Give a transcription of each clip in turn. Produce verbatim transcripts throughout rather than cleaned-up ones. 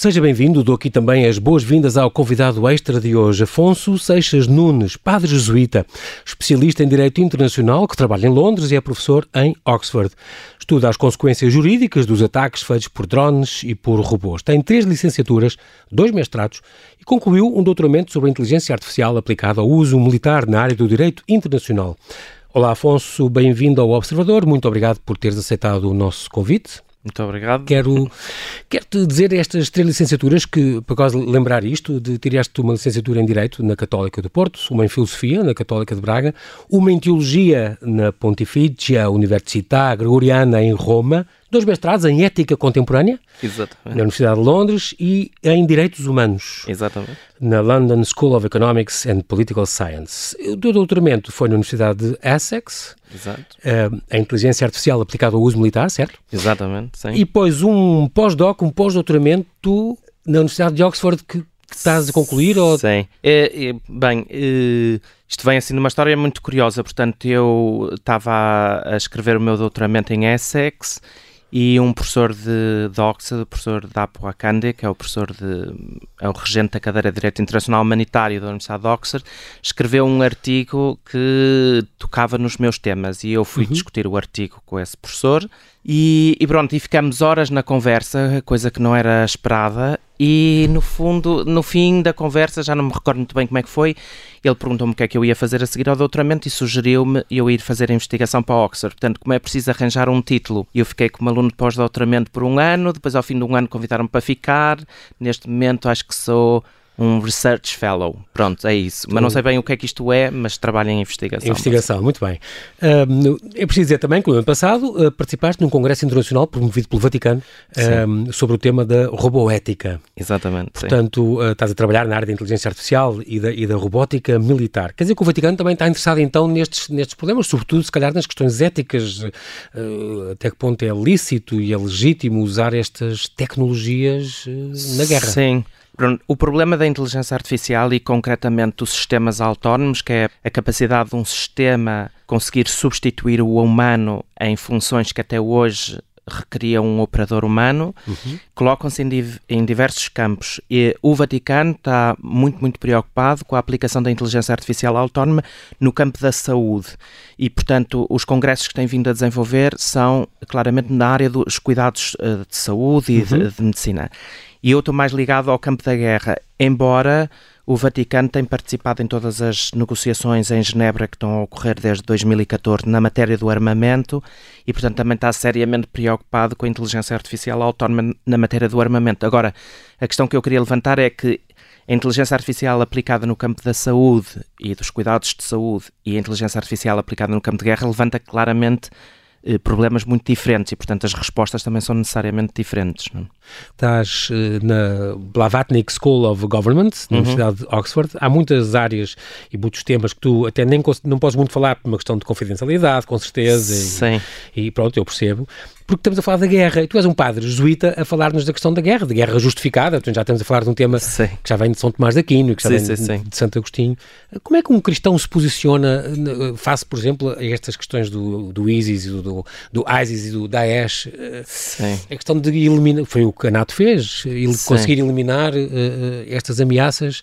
Seja bem-vindo, dou aqui também as boas-vindas ao convidado extra de hoje, Afonso Seixas Nunes, padre jesuíta, especialista em Direito Internacional, que trabalha em Londres e é professor em Oxford. Estuda as consequências jurídicas dos ataques feitos por drones e por robôs. Tem três licenciaturas, dois mestrados e concluiu um doutoramento sobre a inteligência artificial aplicada ao uso militar na área do Direito Internacional. Olá, Afonso, bem-vindo ao Observador. Muito obrigado por teres aceitado o nosso convite. Muito obrigado. Quero, quero-te dizer estas três licenciaturas que, por causa de lembrar isto, de tiraste uma licenciatura em Direito na Católica do Porto, uma em Filosofia na Católica de Braga, uma em Teologia na Pontificia Università Gregoriana em Roma, dois mestrados em Ética Contemporânea Exatamente. na Universidade de Londres e em Direitos Humanos Exatamente. na London School of Economics and Political Science. O teu doutoramento foi na Universidade de Essex. Exato. Uh, a inteligência artificial aplicada ao uso militar, certo? Exatamente, sim. E depois um pós-doc, um pós-doutoramento na Universidade de Oxford que, que estás a concluir? Ou... Sim. É, é, bem, é, isto vem assim numa história muito curiosa. Portanto, eu estava a, a escrever o meu doutoramento em Essex e um professor de, de Oxford, o professor Dapo Akande, que é o professor de, é o regente da cadeira de Direito Internacional Humanitário da Universidade de Oxford, escreveu um artigo que tocava nos meus temas e eu fui uhum. discutir o artigo com esse professor e, e pronto, e ficamos horas na conversa, coisa que não era esperada, e no fundo, no fim da conversa, já não me recordo muito bem como é que foi, ele perguntou-me o que é que eu ia fazer a seguir ao doutoramento e sugeriu-me eu ir fazer a investigação para Oxford. Portanto, como é preciso arranjar um título, eu fiquei como aluno de pós-doutoramento por um ano, depois ao fim de um ano convidaram-me para ficar, neste momento acho que sou um Research Fellow. Pronto, é isso. Mas não sei bem o que é que isto é, mas trabalho em investigação. Investigação, mas... muito bem. Uh, é preciso dizer também que no ano passado uh, participaste num congresso internacional promovido pelo Vaticano uh, sobre o tema da roboética. Exatamente. Portanto, uh, estás a trabalhar na área da inteligência artificial e da, e da robótica militar. Quer dizer que o Vaticano também está interessado então nestes, nestes problemas, sobretudo se calhar nas questões éticas, uh, até que ponto é lícito e é legítimo usar estas tecnologias uh, na guerra. Sim. O problema da inteligência artificial e concretamente dos sistemas autónomos, que é a capacidade de um sistema conseguir substituir o humano em funções que até hoje requeriam um operador humano, uhum. colocam-se em, div- em diversos campos e o Vaticano está muito, muito preocupado com a aplicação da inteligência artificial autónoma no campo da saúde e, portanto, os congressos que têm vindo a desenvolver são claramente na área dos cuidados uh, de saúde e uhum. de, de medicina. E eu estou mais ligado ao campo da guerra, embora o Vaticano tenha participado em todas as negociações em Genebra que estão a ocorrer desde dois mil e catorze na matéria do armamento e, portanto, também está seriamente preocupado com a inteligência artificial autónoma na matéria do armamento. Agora, a questão que eu queria levantar é que a inteligência artificial aplicada no campo da saúde e dos cuidados de saúde e a inteligência artificial aplicada no campo de guerra levanta claramente problemas muito diferentes e, portanto, as respostas também são necessariamente diferentes. Não? Estás uh, na Blavatnik School of Government, na uhum. Universidade de Oxford. Há muitas áreas e muitos temas que tu até nem não podes muito falar por uma questão de confidencialidade, com certeza. Sim. E, e pronto, eu percebo. Porque estamos a falar da guerra, e tu és um padre jesuíta a falar-nos da questão da guerra, de guerra justificada, portanto já estamos a falar de um tema sim. que já vem de São Tomás de Aquino e que já sim, vem sim, de, sim. de Santo Agostinho. Como é que um cristão se posiciona face, por exemplo, a estas questões do, do ISIS, do, do, do ISIS e do Daesh? Sim. A questão de eliminar, foi o que a NATO fez, ele conseguir eliminar uh, estas ameaças.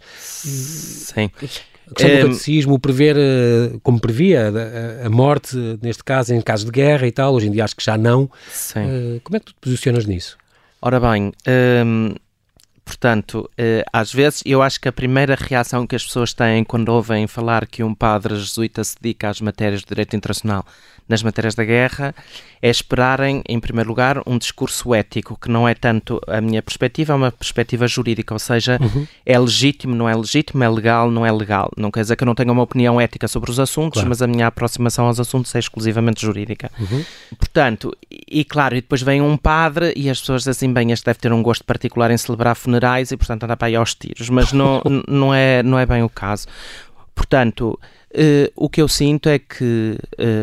Sim. A questão do catecismo, prever, como previa, a, a morte, neste caso, em casos de guerra e tal, hoje em dia acho que já não. Sim. Como é que tu te posicionas nisso? Ora bem, hum, portanto, às vezes eu acho que a primeira reação que as pessoas têm quando ouvem falar que um padre jesuíta se dedica às matérias de direito internacional nas matérias da guerra é esperarem, em primeiro lugar, um discurso ético, que não é tanto a minha perspectiva, é uma perspectiva jurídica, ou seja, uhum. é legítimo, não é legítimo, é legal, não é legal. Não quer dizer que eu não tenha uma opinião ética sobre os assuntos, claro. Mas a minha aproximação aos assuntos é exclusivamente jurídica. Uhum. Portanto, e, e claro, e depois vem um padre e as pessoas dizem assim, bem, este deve ter um gosto particular em celebrar funerais e, portanto, anda para aí aos tiros, mas não, não, é, não é bem o caso. Portanto, uh, o que eu sinto é que... Uh,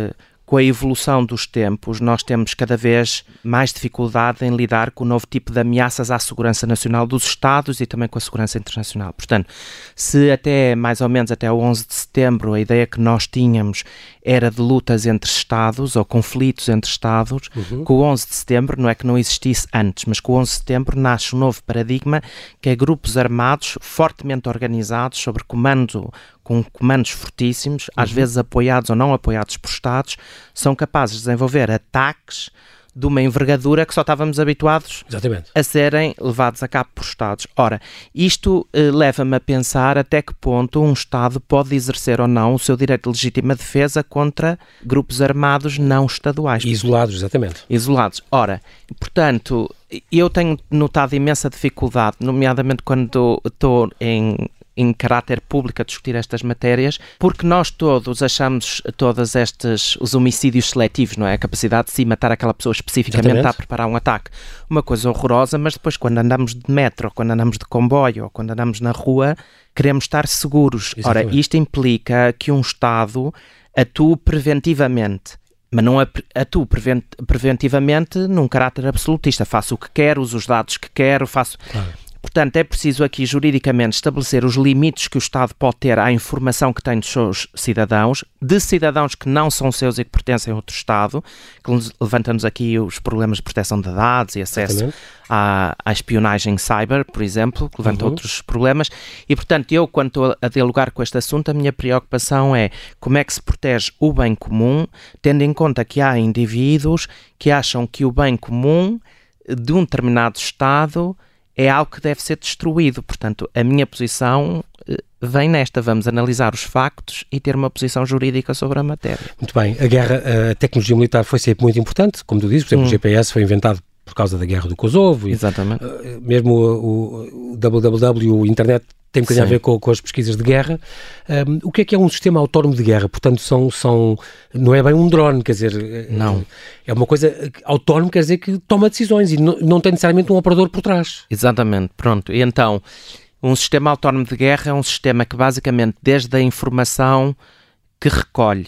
com a evolução dos tempos, nós temos cada vez mais dificuldade em lidar com o novo tipo de ameaças à segurança nacional dos Estados e também com a segurança internacional. Portanto, se até mais ou menos até o onze de setembro a ideia que nós tínhamos era de lutas entre Estados ou conflitos entre Estados, uhum. com o onze de setembro não é que não existisse antes, mas com o onze de setembro nasce um novo paradigma que é grupos armados fortemente organizados sobre comando, com comandos fortíssimos, uhum. às vezes apoiados ou não apoiados por Estados, são capazes de desenvolver ataques de uma envergadura que só estávamos habituados Exatamente. a serem levados a cabo por Estados. Ora, isto eh, leva-me a pensar até que ponto um Estado pode exercer ou não o seu direito de legítima defesa contra grupos armados não estaduais. Isolados, exatamente. Isolados. Ora, portanto, eu tenho notado imensa dificuldade, nomeadamente quando estou em... em caráter público a discutir estas matérias, porque nós todos achamos todos estes, os homicídios seletivos, não é? A capacidade de se matar aquela pessoa especificamente Exatamente. a preparar um ataque. Uma coisa horrorosa, mas depois quando andamos de metro, quando andamos de comboio, ou quando andamos na rua, queremos estar seguros. Exatamente. Ora, isto implica que um Estado atue preventivamente. Mas não atuo preventivamente num caráter absolutista. Faço o que quero, uso os dados que quero, faço... Claro. Portanto, é preciso aqui juridicamente estabelecer os limites que o Estado pode ter à informação que tem dos seus cidadãos, de cidadãos que não são seus e que pertencem a outro Estado, que levanta-nos aqui os problemas de proteção de dados e acesso à, à espionagem cyber, por exemplo, que levanta uhum. outros problemas. E, portanto, eu, quando estou a dialogar com este assunto, a minha preocupação é como é que se protege o bem comum, tendo em conta que há indivíduos que acham que o bem comum de um determinado Estado é algo que deve ser destruído. Portanto, a minha posição vem nesta. Vamos analisar os factos e ter uma posição jurídica sobre a matéria. Muito bem. A guerra, a tecnologia militar foi sempre muito importante, como tu dizes. Por exemplo, hum. o G P S foi inventado por causa da guerra do Kosovo. Exatamente. E, mesmo o, o W W W, o internet, tem um bocadinho a ver com, com as pesquisas de guerra. Um, o que é que é um sistema autónomo de guerra? Portanto, são, são, não é bem um drone, quer dizer... Não. É uma coisa... Autónomo quer dizer que toma decisões e não, não tem necessariamente um operador por trás. Exatamente. Pronto. E então, um sistema autónomo de guerra é um sistema que basicamente, desde a informação que recolhe,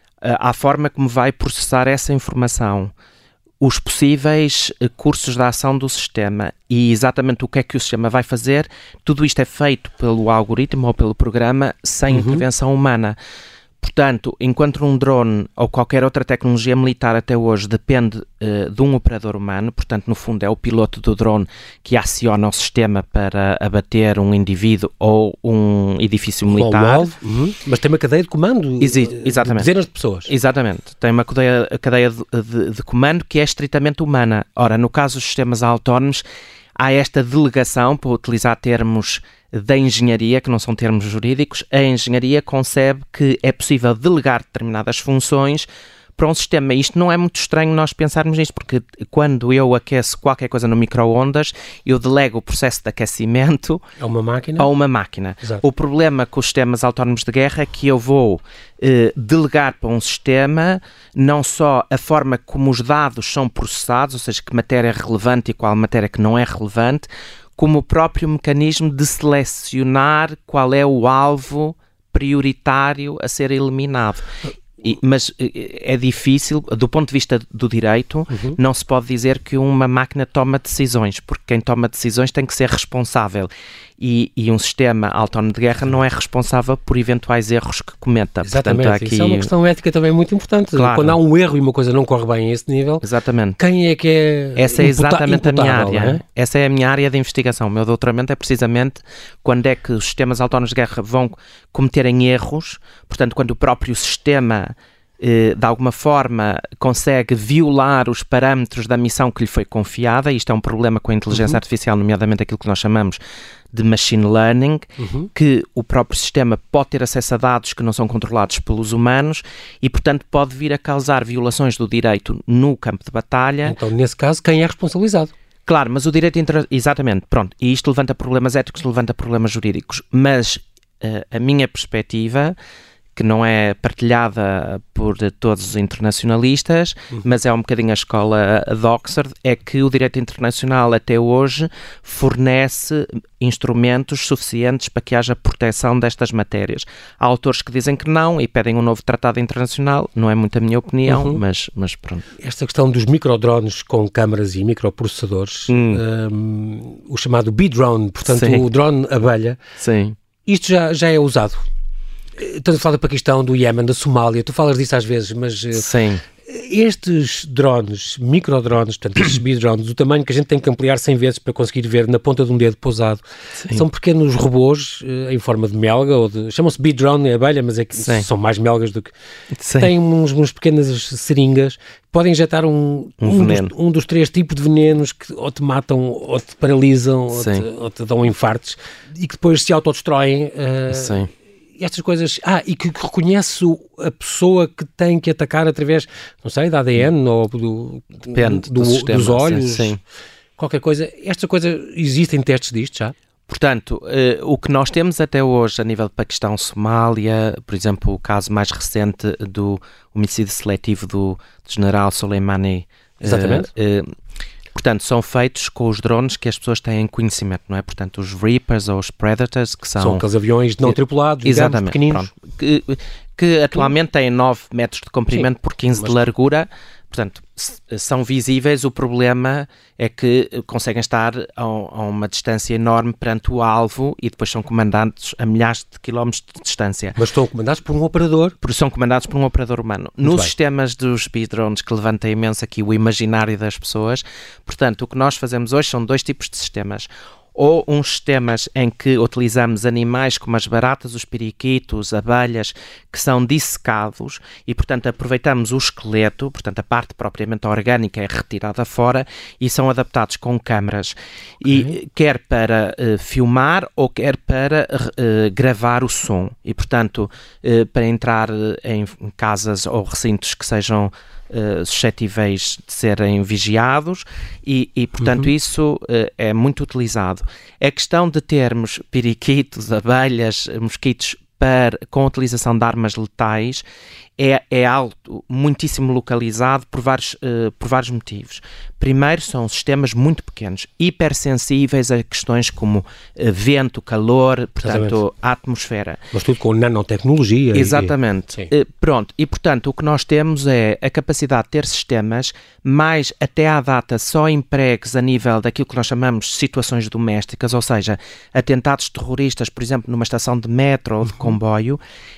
à forma como vai processar essa informação, os possíveis cursos de ação do sistema e exatamente o que é que o sistema vai fazer, tudo isto é feito pelo algoritmo ou pelo programa sem uhum. intervenção humana. Portanto, enquanto um drone ou qualquer outra tecnologia militar até hoje depende uh, de um operador humano, portanto, no fundo é o piloto do drone que aciona o sistema para abater um indivíduo ou um edifício militar. Uhum. Mas tem uma cadeia de comando Exi- exatamente. de dezenas de pessoas. Exatamente. Tem uma cadeia, cadeia de, de, de comando que é estritamente humana. Ora, no caso dos sistemas autónomos, há esta delegação, para utilizar termos da engenharia, que não são termos jurídicos, a engenharia concebe que é possível delegar determinadas funções para um sistema. Isto não é muito estranho nós pensarmos nisto, porque quando eu aqueço qualquer coisa no micro-ondas, eu delego o processo de aquecimento a uma máquina. A uma máquina. Exato. O problema com os sistemas autónomos de guerra é que eu vou eh, delegar para um sistema não só a forma como os dados são processados, ou seja, que matéria é relevante e qual matéria que não é relevante, como o próprio mecanismo de selecionar qual é o alvo prioritário a ser eliminado. E, mas é difícil, do ponto de vista do direito, uhum. não se pode dizer que uma máquina toma decisões, porque quem toma decisões tem que ser responsável. E, e um sistema autónomo de guerra não é responsável por eventuais erros que cometa. Exatamente, portanto, aqui... isso é uma questão ética também muito importante. Claro. Quando há um erro e uma coisa não corre bem a esse nível, exatamente. Quem é que é Essa é exatamente imputa- a minha imputável, área. Não é? Essa é a minha área de investigação. O meu doutoramento é precisamente quando é que os sistemas autónomos de guerra vão cometerem erros, portanto, quando o próprio sistema de alguma forma consegue violar os parâmetros da missão que lhe foi confiada. Isto é um problema com a inteligência uhum. artificial, nomeadamente aquilo que nós chamamos de machine learning, uhum. que o próprio sistema pode ter acesso a dados que não são controlados pelos humanos e, portanto, pode vir a causar violações do direito no campo de batalha. Então, nesse caso, quem é responsabilizado? Claro, mas o direito... Inter... Exatamente, pronto. E isto levanta problemas éticos, levanta problemas jurídicos. Mas uh, a minha perspectiva... que não é partilhada por todos os internacionalistas, uhum. mas é um bocadinho a escola de Oxford, é que o direito internacional até hoje fornece instrumentos suficientes para que haja proteção destas matérias. Há autores que dizem que não e pedem um novo tratado internacional, não é muito a minha opinião, uhum. mas, mas pronto. Esta questão dos microdrones com câmaras e microprocessadores, hum. um, o chamado bee-drone, portanto Sim. o drone abelha, Sim. isto já, já é usado. Estás a falar do Paquistão, do Iémen, da Somália, tu falas disso às vezes, mas Sim. estes drones, microdrones, portanto estes bee-drones, o tamanho que a gente tem que ampliar cem vezes para conseguir ver na ponta de um dedo pousado, Sim. são pequenos robôs em forma de melga, ou de, chamam-se bee-drone, é abelha, mas é que Sim. são mais melgas do que... Sim. Têm uns, uns pequenas seringas, podem injetar um, um, um, dos, um dos três tipos de venenos que ou te matam, ou te paralisam, ou te, ou te dão infartos, e que depois se autodestroem. Uh, Sim. Estas coisas, ah, e que reconhece a pessoa que tem que atacar através, não sei, da A D N ou do, Depende do, do sistema, dos olhos, sim, sim. qualquer coisa. Esta coisa, existem testes disto já? Portanto, uh, o que nós temos até hoje a nível de Paquistão, Somália, por exemplo, o caso mais recente do homicídio seletivo do, do general Soleimani. Exatamente. Uh, uh, Portanto, são feitos com os drones que as pessoas têm conhecimento, não é? Portanto, os Reapers ou os Predators, que são... São aqueles aviões não tripulados, exatamente, digamos, pequeninos. Pronto, que, que atualmente têm nove metros de comprimento Sim, por quinze mas... de largura. Portanto, são visíveis, o problema é que conseguem estar a, a uma distância enorme perante o alvo e depois são comandados a milhares de quilómetros de distância. Mas estão comandados por um operador? Por, são comandados por um operador humano. Muito Nos bem. sistemas dos bee-drones, que levanta imenso aqui o imaginário das pessoas, portanto, o que nós fazemos hoje são dois tipos de sistemas. Ou uns sistemas em que utilizamos animais como as baratas, os periquitos, abelhas, que são dissecados e, portanto, aproveitamos o esqueleto, portanto, a parte propriamente orgânica é retirada fora e são adaptados com câmaras, okay. e quer para uh, filmar ou quer para uh, gravar o som. E, portanto, uh, para entrar em casas ou recintos que sejam Uh, suscetíveis de serem vigiados e, e portanto, uhum. isso uh, é muito utilizado. A questão de termos periquitos, abelhas, mosquitos para, com a utilização de armas letais é, é algo muitíssimo localizado por vários, uh, por vários motivos. Primeiro, são sistemas muito pequenos, hipersensíveis a questões como uh, vento, calor, portanto, Exatamente. a atmosfera. Mas tudo com nanotecnologia. Exatamente. E... Uh, pronto, e portanto, o que nós temos é a capacidade de ter sistemas mais, até à data, só empregues a nível daquilo que nós chamamos de situações domésticas, ou seja, atentados terroristas, por exemplo, numa estação de metro ou de uhum. comboio,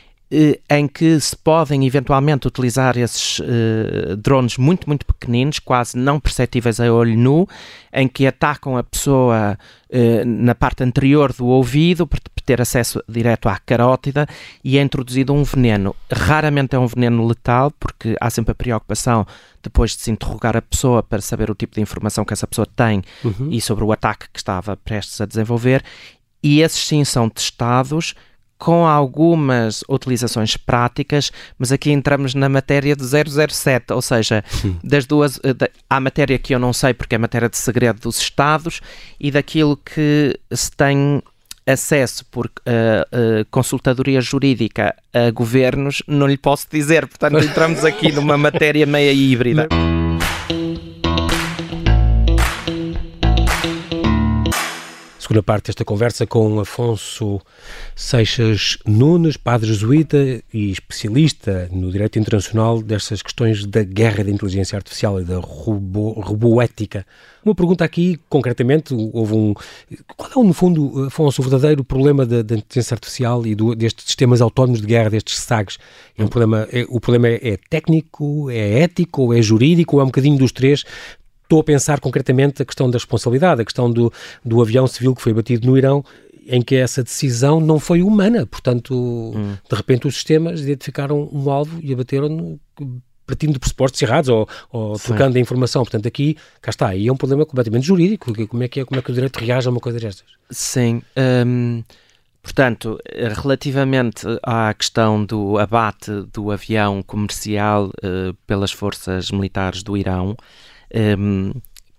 em que se podem eventualmente utilizar esses uh, drones muito, muito pequeninos, quase não perceptíveis a olho nu, em que atacam a pessoa uh, na parte anterior do ouvido, para ter acesso direto à carótida, e é introduzido um veneno. Raramente é um veneno letal, porque há sempre a preocupação depois de se interrogar a pessoa para saber o tipo de informação que essa pessoa tem uhum. e sobre o ataque que estava prestes a desenvolver, e esses sim são testados com algumas utilizações práticas, mas aqui entramos na matéria do zero zero sete, ou seja, Sim. das duas, da, há matéria que eu não sei porque é matéria de segredo dos Estados e daquilo que se tem acesso por uh, uh, consultadoria jurídica a governos, não lhe posso dizer, portanto entramos aqui numa matéria meia híbrida. Segunda parte desta conversa com Afonso Seixas Nunes, padre jesuíta e especialista no direito internacional destas questões da guerra da inteligência artificial e da robô, roboética. Uma pergunta aqui, concretamente, houve um... Qual é, no fundo, Afonso, o verdadeiro problema da, da inteligência artificial e do, destes sistemas autónomos de guerra, destes S A Gs? É um problema, é, o problema é, é técnico, é ético, ou é jurídico, ou é um bocadinho dos três? Estou a pensar concretamente a questão da responsabilidade, a questão do, do avião civil que foi abatido no Irão, em que essa decisão não foi humana. Portanto, hum. de repente os sistemas identificaram um alvo e abateram-no partindo de pressupostos errados ou, ou trocando a informação. Portanto, aqui, cá está, aí é um problema completamente jurídico. Como é que, é, como é que o direito reage a uma coisa destas? Sim. Um, portanto, relativamente à questão do abate do avião comercial uh, pelas forças militares do Irão, Um,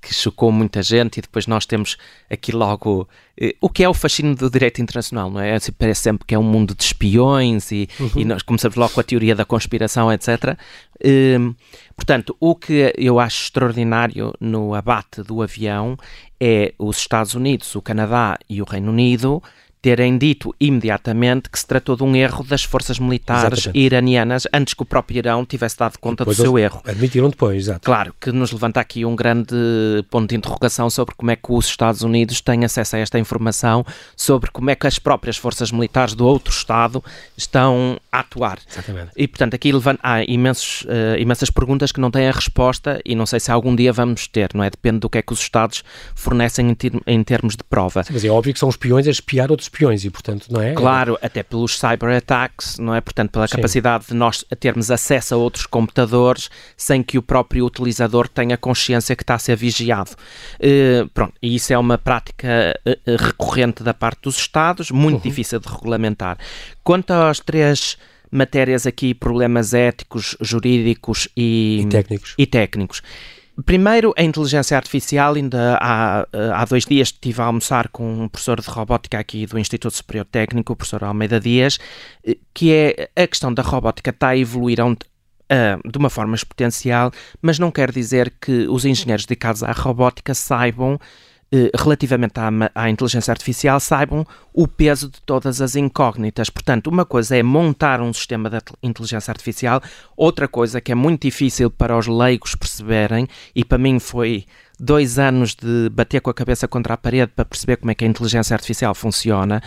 que chocou muita gente, e depois nós temos aqui logo eh, o que é o fascínio do direito internacional, não é? Parece sempre que é um mundo de espiões e, uhum. e nós começamos logo com a teoria da conspiração, etcétera. Eh, portanto, o que eu acho extraordinário no abate do avião é os Estados Unidos, o Canadá e o Reino Unido terem dito imediatamente que se tratou de um erro das forças militares Exatamente. iranianas, antes que o próprio Irão tivesse dado conta do seu erro. Admitiram depois, exato. Claro, que nos levanta aqui um grande ponto de interrogação sobre como é que os Estados Unidos têm acesso a esta informação, sobre como é que as próprias forças militares do outro Estado estão a atuar. Exatamente. E, portanto, aqui levanta, há imensos, uh, imensas perguntas que não têm a resposta e não sei se algum dia vamos ter, não é? Depende do que é que os Estados fornecem em, ter, em termos de prova. Sim, mas é óbvio que são espiões a espiar outros espiões e, portanto, não é? Claro, até pelos cyber-attacks, não é? Portanto, pela Sim. capacidade de nós termos acesso a outros computadores sem que o próprio utilizador tenha consciência que está a ser vigiado. Uh, pronto, e isso é uma prática uh, recorrente da parte dos Estados, muito uhum. difícil de regulamentar. Quanto às três matérias aqui, problemas éticos, jurídicos e, e técnicos. E técnicos. Primeiro, a inteligência artificial. Ainda há, há dois dias estive a almoçar com um professor de robótica aqui do Instituto Superior Técnico, o professor Almeida Dias, que é a questão da robótica está a evoluir a um, uh, de uma forma exponencial, mas não quer dizer que os engenheiros dedicados à robótica saibam, relativamente à, à inteligência artificial, saibam o peso de todas as incógnitas. Portanto, uma coisa é montar um sistema de inteligência artificial, outra coisa que é muito difícil para os leigos perceberem, e para mim foi dois anos de bater com a cabeça contra a parede para perceber como é que a inteligência artificial funciona,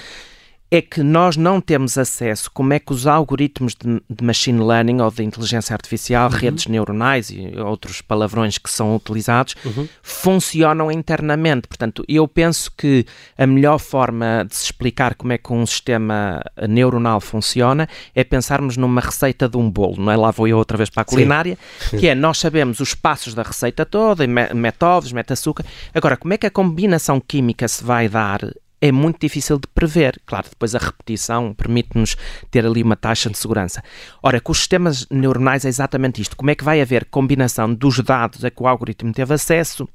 é que nós não temos acesso como é que os algoritmos de, de machine learning ou de inteligência artificial, uhum. redes neuronais e outros palavrões que são utilizados, uhum. funcionam internamente. Portanto, eu penso que a melhor forma de se explicar como é que um sistema neuronal funciona é pensarmos numa receita de um bolo, não é? Lá vou eu outra vez para a culinária, Sim. que é, nós sabemos os passos da receita toda, mete ovos, mete açúcar. Agora, como é que a combinação química se vai dar é muito difícil de prever. Claro, depois a repetição permite-nos ter ali uma taxa de segurança. Ora, com os sistemas neuronais é exatamente isto. Como é que vai haver combinação dos dados a que o algoritmo teve acesso?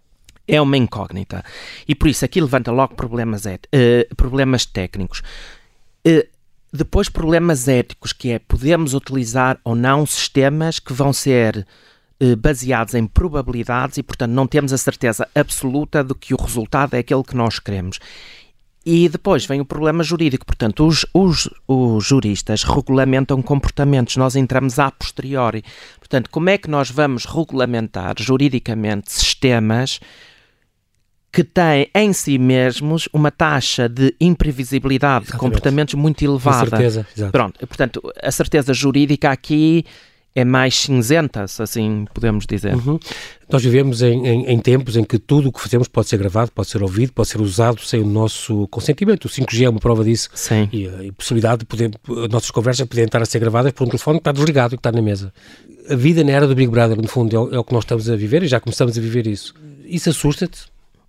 É uma incógnita. E por isso aqui levanta logo problemas, et- uh, problemas técnicos. Uh, depois problemas éticos, que é, podemos utilizar ou não sistemas que vão ser baseados em probabilidades e, portanto, não temos a certeza absoluta de que o resultado é aquele que nós queremos. E depois vem o problema jurídico. Portanto, os, os, os juristas regulamentam comportamentos, nós entramos a posteriori. Portanto, como é que nós vamos regulamentar juridicamente sistemas que têm em si mesmos uma taxa de imprevisibilidade Exatamente. de comportamentos muito elevada? Com certeza, exato. Pronto, portanto, a certeza jurídica aqui é mais cinzenta, se assim podemos dizer. Uhum. Nós vivemos em, em, em tempos em que tudo o que fazemos pode ser gravado, pode ser ouvido, pode ser usado sem o nosso consentimento. O cinco G é uma prova disso. Sim. E a possibilidade de poder, nossas conversas poderem estar a ser gravadas por um telefone que está desligado e que está na mesa. A vida na era do Big Brother, no fundo, é o, é o que nós estamos a viver e já começamos a viver isso. Isso assusta-te?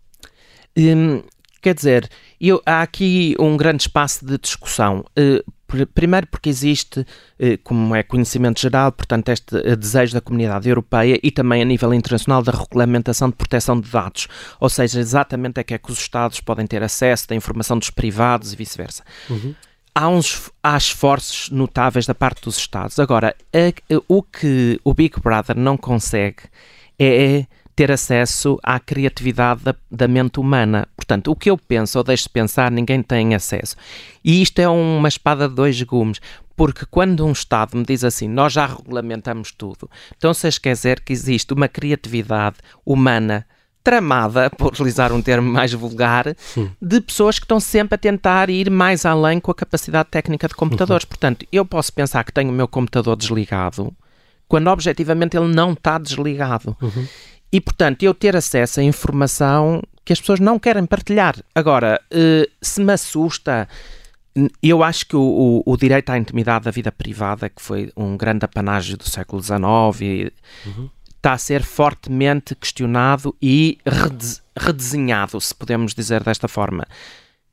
Hum, quer dizer, eu, há aqui um grande espaço de discussão. Uh, Primeiro porque existe, como é conhecimento geral, portanto, este desejo da comunidade europeia e também a nível internacional da regulamentação de proteção de dados, ou seja, exatamente a que é que os Estados podem ter acesso da informação dos privados e vice-versa. Uhum. Há, uns, há esforços notáveis da parte dos Estados. Agora, a, o que o Big Brother não consegue é ter acesso à criatividade da, da mente humana. Portanto, o que eu penso ou deixo de pensar, ninguém tem acesso. E isto é uma espada de dois gumes, porque quando um Estado me diz assim, nós já regulamentamos tudo, então se quer dizer que existe uma criatividade humana tramada, por utilizar um termo mais vulgar, Sim. de pessoas que estão sempre a tentar ir mais além com a capacidade técnica de computadores. Uhum. Portanto, eu posso pensar que tenho o meu computador desligado, quando objetivamente ele não está desligado. Uhum. E, portanto, eu ter acesso a informação que as pessoas não querem partilhar. Agora, uh, se me assusta, eu acho que o, o, o direito à intimidade da vida privada, que foi um grande apanágio do século dezenove, uhum. está a ser fortemente questionado e rede, redesenhado, se podemos dizer desta forma.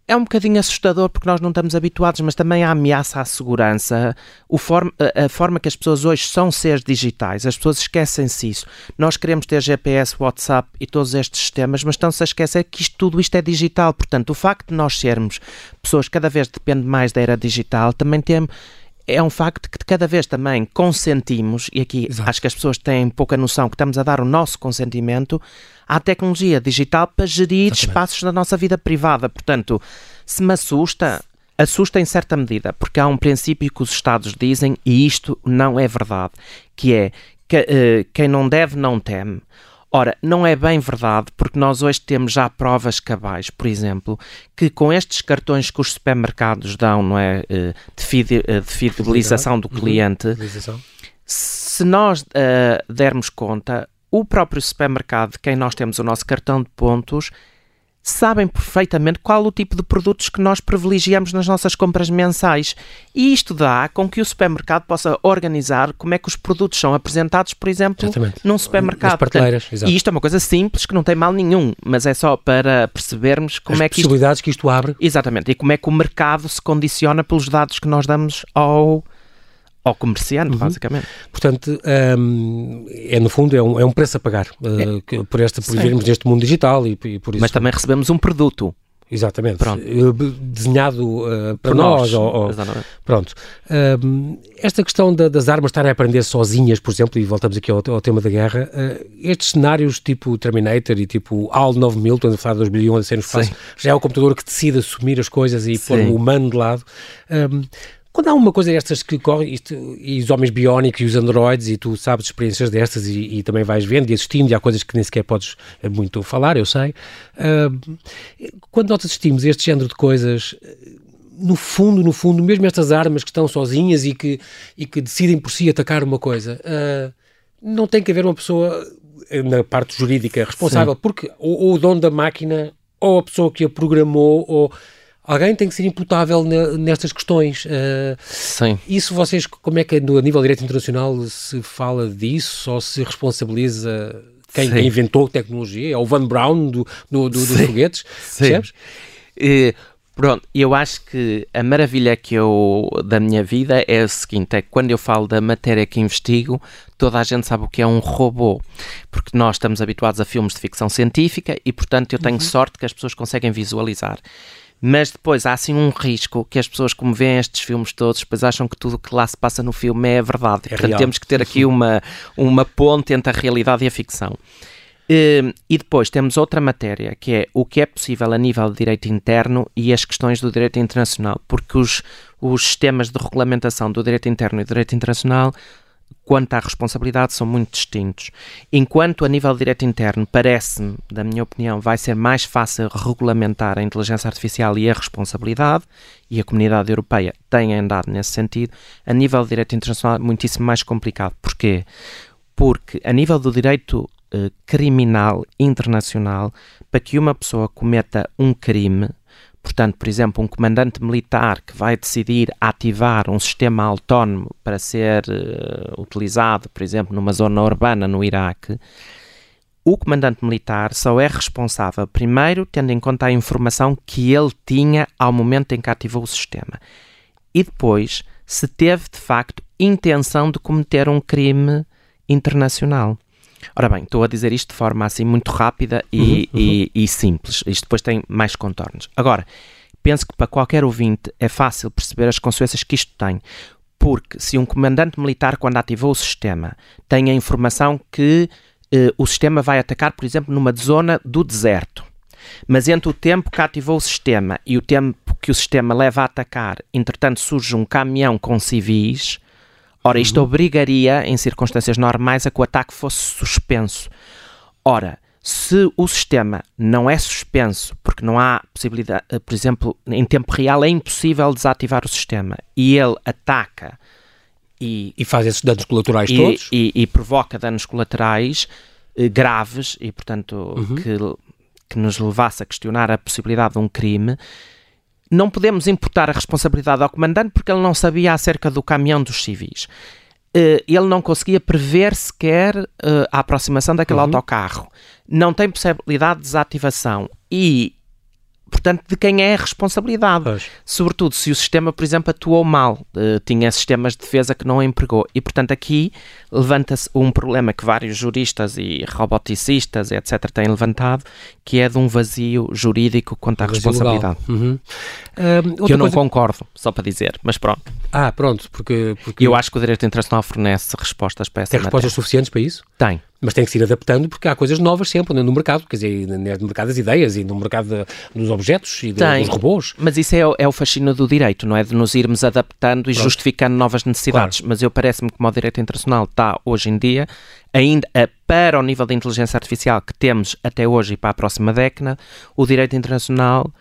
é um bocadinho assustador porque nós não estamos habituados, mas também a ameaça à segurança, o form, a, a forma que as pessoas hoje são seres digitais, as pessoas esquecem-se isso. Nós queremos ter G P S, WhatsApp e todos estes sistemas, mas estão-se a esquecer que isto, tudo isto é digital. Portanto, o facto de nós sermos pessoas que cada vez dependem mais da era digital, também temos... É um facto que cada vez também consentimos, e aqui Exato. Acho que as pessoas têm pouca noção que estamos a dar o nosso consentimento à tecnologia digital para gerir Exatamente. Espaços da nossa vida privada. Portanto, se me assusta, assusta em certa medida, porque há um princípio que os Estados dizem, e isto não é verdade, que é que uh, quem não deve não teme. Ora, não é bem verdade, porque nós hoje temos já provas cabais, por exemplo, que com estes cartões que os supermercados dão, não é, de, fide, de fidelização do cliente, uhum. se nós uh, dermos conta, o próprio supermercado de quem nós temos o nosso cartão de pontos, sabem perfeitamente qual o tipo de produtos que nós privilegiamos nas nossas compras mensais. E isto dá com que o supermercado possa organizar como é que os produtos são apresentados, por exemplo, Exatamente. Num supermercado. Nas prateleiras, Portanto, e isto é uma coisa simples, que não tem mal nenhum, mas é só para percebermos como As é que possibilidades isto... que isto abre. Exatamente, e como é que o mercado se condiciona pelos dados que nós damos ao... ao comerciante, uhum. basicamente. Portanto, um, é no fundo, é um, é um preço a pagar uh, é. que, por, esta, por vivermos neste mundo digital e, e por isso... Mas também recebemos um produto. Exatamente. Pronto. Desenhado uh, para nós. nós ou, ou, pronto. Um, esta questão da, das armas estarem a aprender sozinhas, por exemplo, e voltamos aqui ao, ao tema da guerra, uh, estes cenários tipo Terminator e tipo HAL nove mil, estamos a falar de dois mil e um, a ser no espaço, já é o computador que decide assumir as coisas e Sim. pôr o humano de lado. Um, Quando há uma coisa destas que corre, isto, e os homens biónicos e os androides, e tu sabes experiências destas e, e também vais vendo e assistindo, e há coisas que nem sequer podes muito falar, eu sei. Uh, quando nós assistimos a este género de coisas, no fundo, no fundo, mesmo estas armas que estão sozinhas e que, e que decidem por si atacar uma coisa, uh, não tem que haver uma pessoa, na parte jurídica, responsável, Sim. porque ou, ou o dono da máquina, ou a pessoa que a programou, ou... Alguém tem que ser imputável nestas questões. Uh, Sim. Isso vocês, como é que no, a nível de direito internacional se fala disso ou se responsabiliza quem, quem inventou a tecnologia? É o Van Braun do, do, do, dos foguetes, percebes? E, pronto, eu acho que a maravilha que eu, da minha vida é a seguinte, é que quando eu falo da matéria que investigo, toda a gente sabe o que é um robô, porque nós estamos habituados a filmes de ficção científica e, portanto, eu tenho uhum. sorte que as pessoas conseguem visualizar. Mas depois há assim um risco que as pessoas, como veem estes filmes todos, depois acham que tudo o que lá se passa no filme é verdade. É Portanto, real. Temos que ter aqui uma, uma ponte entre a realidade e a ficção. E, e depois temos outra matéria, que é o que é possível a nível de direito interno e as questões do direito internacional, porque os, os sistemas de regulamentação do direito interno e do direito internacional, quanto à responsabilidade, são muito distintos. Enquanto a nível de direito interno, parece-me, da minha opinião, vai ser mais fácil regulamentar a inteligência artificial e a responsabilidade, e a comunidade europeia tem andado nesse sentido, a nível de direito internacional é muitíssimo mais complicado. Porquê? Porque a nível do direito eh, criminal internacional, para que uma pessoa cometa um crime, portanto, por exemplo, um comandante militar que vai decidir ativar um sistema autónomo para ser uh, utilizado, por exemplo, numa zona urbana no Iraque, o comandante militar só é responsável, primeiro, tendo em conta a informação que ele tinha ao momento em que ativou o sistema. E depois, se teve, de facto, intenção de cometer um crime internacional. Ora bem, estou a dizer isto de forma assim muito rápida e, uhum, uhum. e, e simples. Isto depois tem mais contornos. Agora, penso que para qualquer ouvinte é fácil perceber as consequências que isto tem. Porque se um comandante militar, quando ativou o sistema, tem a informação que eh, o sistema vai atacar, por exemplo, numa zona do deserto, mas entre o tempo que ativou o sistema e o tempo que o sistema leva a atacar, entretanto surge um caminhão com civis... Ora, isto uhum. obrigaria, em circunstâncias normais, a que o ataque fosse suspenso. Ora, se o sistema não é suspenso, porque não há possibilidade, por exemplo, em tempo real é impossível desativar o sistema, e ele ataca e... E faz esses danos colaterais e, todos? E, e provoca danos colaterais eh, graves, e, portanto, uhum. que, que nos levasse a questionar a possibilidade de um crime. Não podemos imputar a responsabilidade ao comandante porque ele não sabia acerca do caminhão dos civis. Uh, ele não conseguia prever sequer uh, a aproximação daquele uhum. autocarro. Não tem possibilidade de desativação. E, portanto, de quem é a responsabilidade. Pois. Sobretudo se o sistema, por exemplo, atuou mal, uh, tinha sistemas de defesa que não empregou. E, portanto, aqui levanta-se um problema que vários juristas e roboticistas, etcétera, têm levantado, que é de um vazio jurídico quanto à responsabilidade. Uhum. Uh, que eu não coisa... concordo, só para dizer, mas pronto. Ah, pronto, porque... porque... Eu acho que o direito internacional fornece respostas para essa Tem matéria. respostas suficientes para isso? Tem. Mas tem que se ir adaptando porque há coisas novas sempre no mercado, quer dizer, no mercado das ideias e no mercado de, dos objetos e de, dos robôs. Mas isso é, é o fascínio do direito, não é? De nos irmos adaptando e Pronto. justificando novas necessidades. Claro. Mas eu parece-me que como o direito internacional está hoje em dia, ainda para o nível de inteligência artificial que temos até hoje e para a próxima década, o direito internacional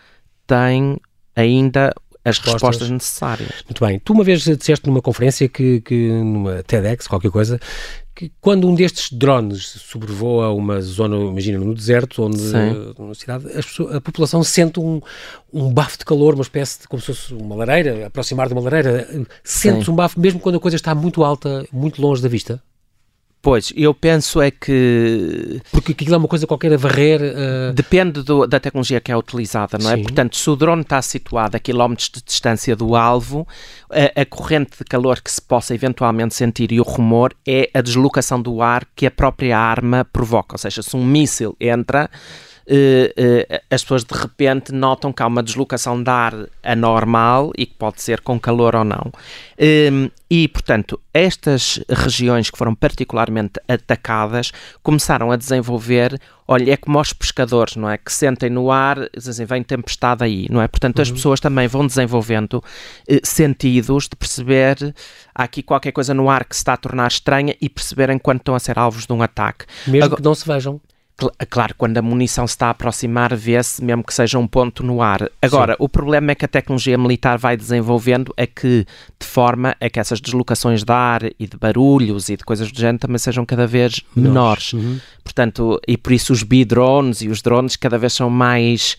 tem ainda as respostas. respostas necessárias. Muito bem. Tu uma vez disseste numa conferência, que, que numa TEDx, qualquer coisa, que quando um destes drones sobrevoa uma zona, imagina, no deserto, onde, numa cidade, as pessoas, a população sente um, um bafo de calor, uma espécie de, como se fosse uma lareira, aproximar de uma lareira, sentes um bafo mesmo quando a coisa está muito alta, muito longe da vista? Pois, eu penso é que... Porque aquilo é uma coisa qualquer a varrer... Uh... Depende do, da tecnologia que é utilizada, não é? Sim. Portanto, se o drone está situado a quilómetros de distância do alvo, a, a corrente de calor que se possa eventualmente sentir e o rumor é a deslocação do ar que a própria arma provoca. Ou seja, se um míssil entra... Uh, uh, as pessoas de repente notam que há uma deslocação de ar anormal e que pode ser com calor ou não. Um, e, portanto, estas regiões que foram particularmente atacadas começaram a desenvolver, olha, é como os pescadores, não é? Que sentem no ar, dizem, vem tempestade aí, não é? Portanto, uhum. as pessoas também vão desenvolvendo uh, sentidos de perceber há aqui qualquer coisa no ar que se está a tornar estranha e perceberem quando estão a ser alvos de um ataque. Mesmo Agora, que não se vejam. Claro, quando a munição se está a aproximar, vê-se mesmo que seja um ponto no ar. Agora, Sim. o problema é que a tecnologia militar vai desenvolvendo a que, de forma a que essas deslocações de ar e de barulhos e de coisas do género também sejam cada vez menores. Uhum. Portanto, e por isso os B-drones e os drones cada vez são mais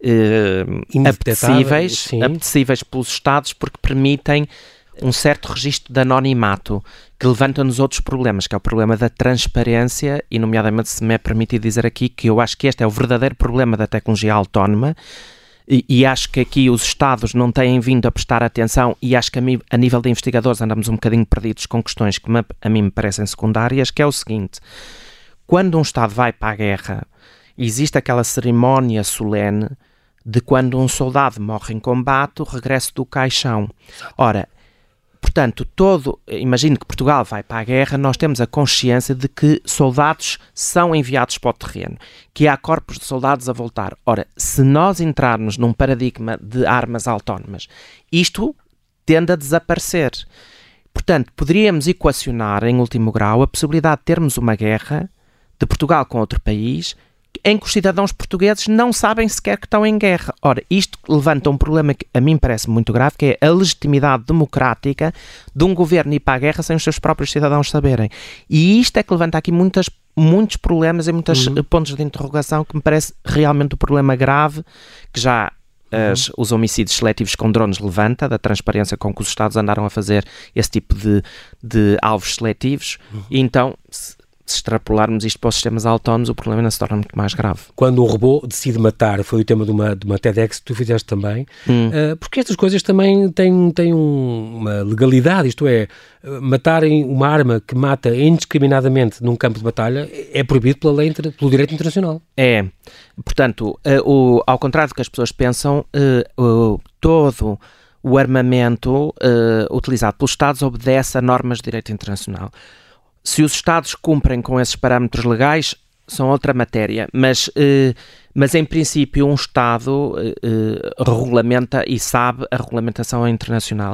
eh, apetecíveis, apetecíveis pelos Estados, porque permitem um certo registro de anonimato que levanta-nos outros problemas, que é o problema da transparência e, nomeadamente, se me é permitido dizer aqui que eu acho que este é o verdadeiro problema da tecnologia autónoma e, e acho que aqui os Estados não têm vindo a prestar atenção e acho que a, mi, a nível de investigadores andamos um bocadinho perdidos com questões que me, a mim me parecem secundárias, que é o seguinte: quando um Estado vai para a guerra, existe aquela cerimónia solene de quando um soldado morre em combate, o regresso do caixão. Ora, portanto, todo, imagino que Portugal vai para a guerra, nós temos a consciência de que soldados são enviados para o terreno, que há corpos de soldados a voltar. Ora, se nós entrarmos num paradigma de armas autónomas, isto tende a desaparecer. Portanto, poderíamos equacionar, em último grau, a possibilidade de termos uma guerra de Portugal com outro país, em que os cidadãos portugueses não sabem sequer que estão em guerra. Ora, isto levanta um problema que a mim parece muito grave, que é a legitimidade democrática de um governo ir para a guerra sem os seus próprios cidadãos saberem. E isto é que levanta aqui muitas, muitos problemas e muitos uhum. pontos de interrogação que me parece realmente um problema grave, que já as, uhum. os homicídios seletivos com drones levanta, da transparência com que os Estados andaram a fazer esse tipo de, de alvos seletivos. Uhum. E então... Se, se extrapolarmos isto para os sistemas autónomos, o problema ainda se torna muito mais grave. Quando um robô decide matar, foi o tema de uma, de uma TEDx que tu fizeste também, hum. uh, porque estas coisas também têm, têm um, uma legalidade, isto é, uh, matarem uma arma que mata indiscriminadamente num campo de batalha é proibido pela lei, pelo direito internacional. É, portanto, uh, o, ao contrário do que as pessoas pensam, uh, uh, todo o armamento uh, utilizado pelos Estados obedece a normas de direito internacional. Se os Estados cumprem com esses parâmetros legais, são outra matéria, mas, eh, mas em princípio um Estado eh, regulamenta e sabe a regulamentação internacional.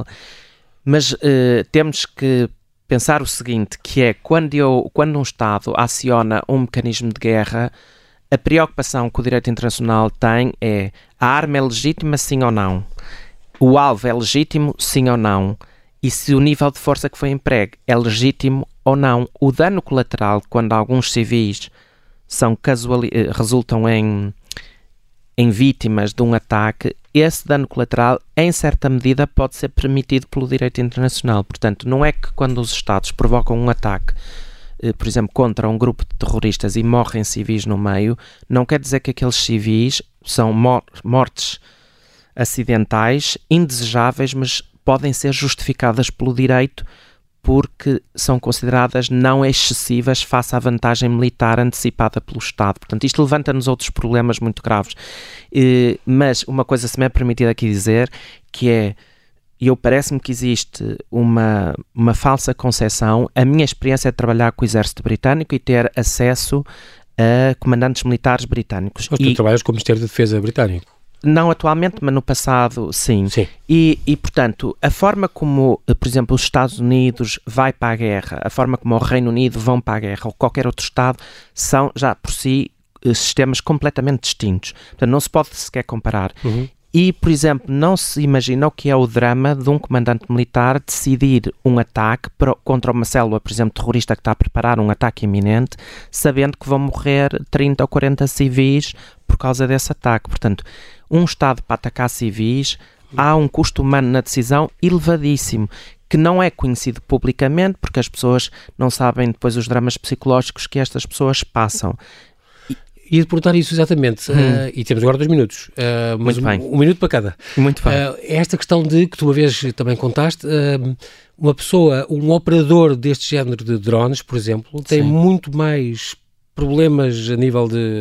Mas eh, temos que pensar o seguinte, que é quando, eu, quando um Estado aciona um mecanismo de guerra, a preocupação que o direito internacional tem é: a arma é legítima, sim ou não? O alvo é legítimo, sim ou não? E se o nível de força que foi empregue é legítimo ou não? O dano colateral, quando alguns civis são casuali- resultam em, em vítimas de um ataque, esse dano colateral, em certa medida, pode ser permitido pelo direito internacional. Portanto, não é que quando os Estados provocam um ataque, eh, por exemplo, contra um grupo de terroristas e morrem civis no meio, não quer dizer que aqueles civis são mor- mortes acidentais, indesejáveis, mas podem ser justificadas pelo direito porque são consideradas não excessivas face à vantagem militar antecipada pelo Estado. Portanto, isto levanta-nos outros problemas muito graves. E, mas uma coisa se me é permitida aqui dizer, que é, eu parece-me que existe uma, uma falsa concepção. A minha experiência é de trabalhar com o exército britânico e ter acesso a comandantes militares britânicos. Mas tu e, trabalhas com o Ministério da Defesa britânico? Não atualmente, mas no passado, sim. Sim. E, e, portanto, a forma como, por exemplo, os Estados Unidos vai para a guerra, a forma como o Reino Unido vão para a guerra, ou qualquer outro Estado, são já por si sistemas completamente distintos. Portanto, não se pode sequer comparar. Uhum. E, por exemplo, não se imagina o que é o drama de um comandante militar decidir um ataque para, contra uma célula, por exemplo, terrorista que está a preparar um ataque iminente, sabendo que vão morrer trinta ou quarenta civis por causa desse ataque. Portanto, um Estado para atacar civis, há um custo humano na decisão elevadíssimo, que não é conhecido publicamente, porque as pessoas não sabem depois os dramas psicológicos que estas pessoas passam. Ia-te perguntar isso exatamente, hum. uh, e temos agora dois minutos, uh, mas Muito um, bem. um minuto para cada. Muito bem. Uh, esta questão de, que tu uma vez também contaste, uh, uma pessoa, um operador deste género de drones, por exemplo, tem Sim. muito mais problemas a nível de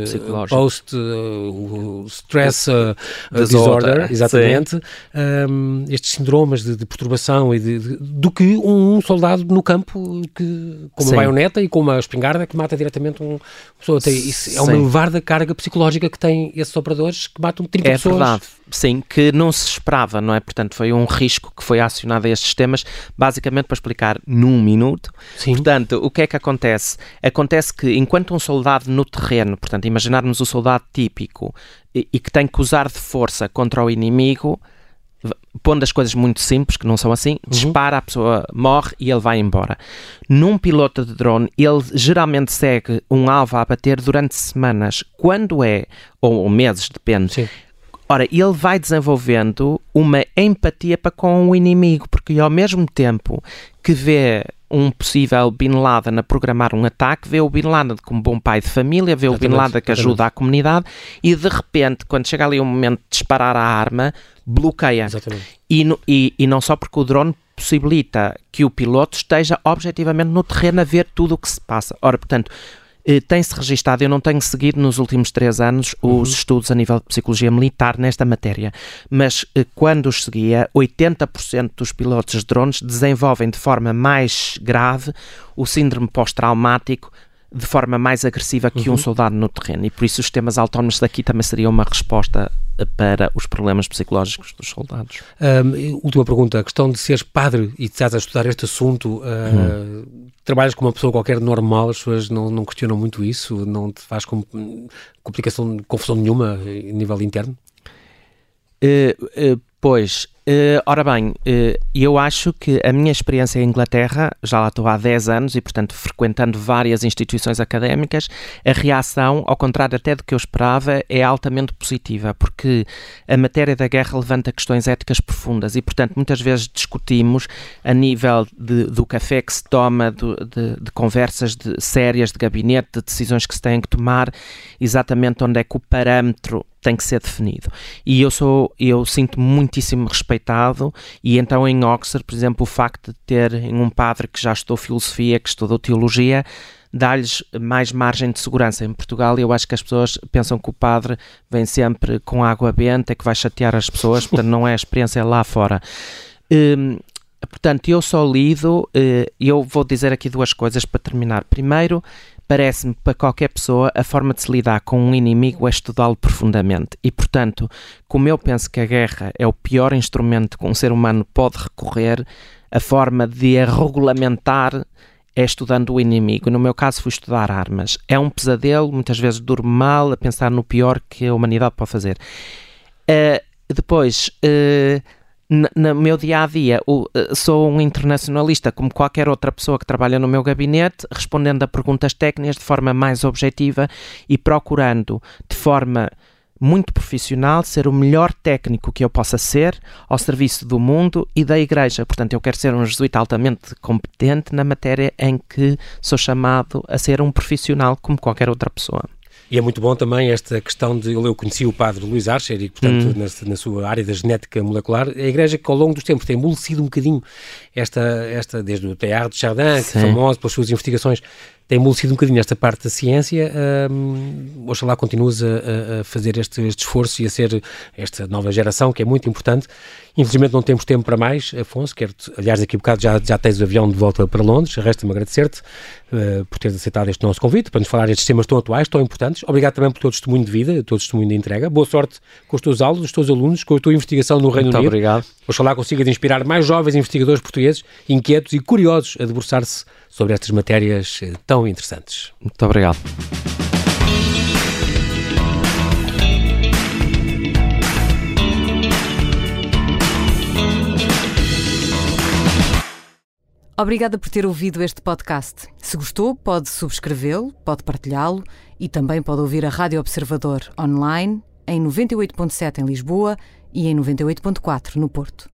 post-stress uh, uh, disorder, exatamente, um, estes síndromes de, de perturbação e de, de, do que um soldado no campo que, com uma Sim. baioneta e com uma espingarda que mata diretamente um pessoa. Tem, isso é uma elevada carga psicológica que têm esses operadores que matam trinta é pessoas. É verdade. Sim, que não se esperava, não é? Portanto, foi um risco que foi acionado a estes sistemas, basicamente para explicar num minuto. Sim. Portanto, o que é que acontece? Acontece que enquanto um soldado no terreno, portanto, imaginarmos o soldado típico e, e que tem que usar de força contra o inimigo, pondo as coisas muito simples, que não são assim, uhum. dispara, a pessoa morre e ele vai embora. Num piloto de drone, ele geralmente segue um alvo a abater durante semanas, quando é, ou, ou meses, depende. Sim. Ora, ele vai desenvolvendo uma empatia para com o inimigo, porque ao mesmo tempo que vê um possível Bin Laden a programar um ataque, vê o Bin Laden como bom pai de família, vê exatamente, o Bin Laden que ajuda exatamente. a comunidade e de repente, quando chega ali o momento de disparar a arma, bloqueia. E, no, e, e não só porque o drone possibilita que o piloto esteja objetivamente no terreno a ver tudo o que se passa. Ora, portanto, tem-se registado, eu não tenho seguido nos últimos três anos uhum. os estudos a nível de psicologia militar nesta matéria, mas quando os seguia, oitenta por cento dos pilotos de drones desenvolvem de forma mais grave o síndrome pós-traumático de forma mais agressiva que uhum. um soldado no terreno, e por isso os sistemas autónomos daqui também seriam uma resposta para os problemas psicológicos dos soldados. Um, última pergunta, a questão de seres padre e de estás a estudar este assunto, uh, uhum. trabalhas com uma pessoa qualquer normal, as pessoas não, não questionam muito isso, não te faz com, complicação, confusão nenhuma a nível interno? Uh, uh, pois, uh, ora bem, uh, eu acho que a minha experiência em Inglaterra, já lá estou há dez anos e, portanto, frequentando várias instituições académicas, a reação, ao contrário até do que eu esperava, é altamente positiva, porque a matéria da guerra levanta questões éticas profundas e, portanto, muitas vezes discutimos a nível de, do café que se toma, do, de, de conversas de, sérias de gabinete, de decisões que se têm que tomar, exatamente onde é que o parâmetro tem que ser definido. E eu sou, eu sinto muitíssimo respeitado, e então em Oxford, por exemplo, o facto de ter um padre que já estudou filosofia, que estudou teologia, dá-lhes mais margem de segurança. Em Portugal, eu acho que as pessoas pensam que o padre vem sempre com água benta, que vai chatear as pessoas, portanto não é a experiência lá fora. Hum, portanto, eu só lido, e eu vou dizer aqui duas coisas para terminar. Primeiro, parece-me para qualquer pessoa a forma de se lidar com um inimigo é estudá-lo profundamente e, portanto, como eu penso que a guerra é o pior instrumento que um ser humano pode recorrer, a forma de a regulamentar é estudando o inimigo. No meu caso fui estudar armas. É um pesadelo, muitas vezes durmo mal a pensar no pior que a humanidade pode fazer. Uh, depois... Uh, No meu dia-a-dia, sou um internacionalista como qualquer outra pessoa que trabalha no meu gabinete, respondendo a perguntas técnicas de forma mais objetiva e procurando, de forma muito profissional, ser o melhor técnico que eu possa ser ao serviço do mundo e da Igreja. Portanto, eu quero ser um jesuíta altamente competente na matéria em que sou chamado a ser um profissional como qualquer outra pessoa. E é muito bom também esta questão de, eu conheci o padre Luís Archer e, portanto, hum. na, na sua área da genética molecular, a Igreja que ao longo dos tempos tem emolecido um bocadinho esta, esta desde o Teilhard de Chardin, que é famoso pelas suas investigações, tem emolecido um bocadinho esta parte da ciência. Um, oxalá continues a, a fazer este, este esforço e a ser esta nova geração, que é muito importante. Infelizmente não temos tempo para mais, Afonso, quero, aliás, daqui a bocado já, já tens o avião de volta para Londres, resta-me agradecer-te uh, por teres aceitado este nosso convite, para nos falar destes temas tão atuais, tão importantes. Obrigado também pelo teu testemunho de vida, pelo teu testemunho de entrega. Boa sorte com os teus alunos, os teus alunos, com a tua investigação no Reino Unido. Muito obrigado. Oxalá consiga de inspirar mais jovens investigadores portugueses, inquietos e curiosos a debruçar-se sobre estas matérias tão interessantes. Muito obrigado. Obrigada por ter ouvido este podcast. Se gostou, pode subscrevê-lo, pode partilhá-lo e também pode ouvir a Rádio Observador online em noventa e oito ponto sete em Lisboa e em noventa e oito ponto quatro no Porto.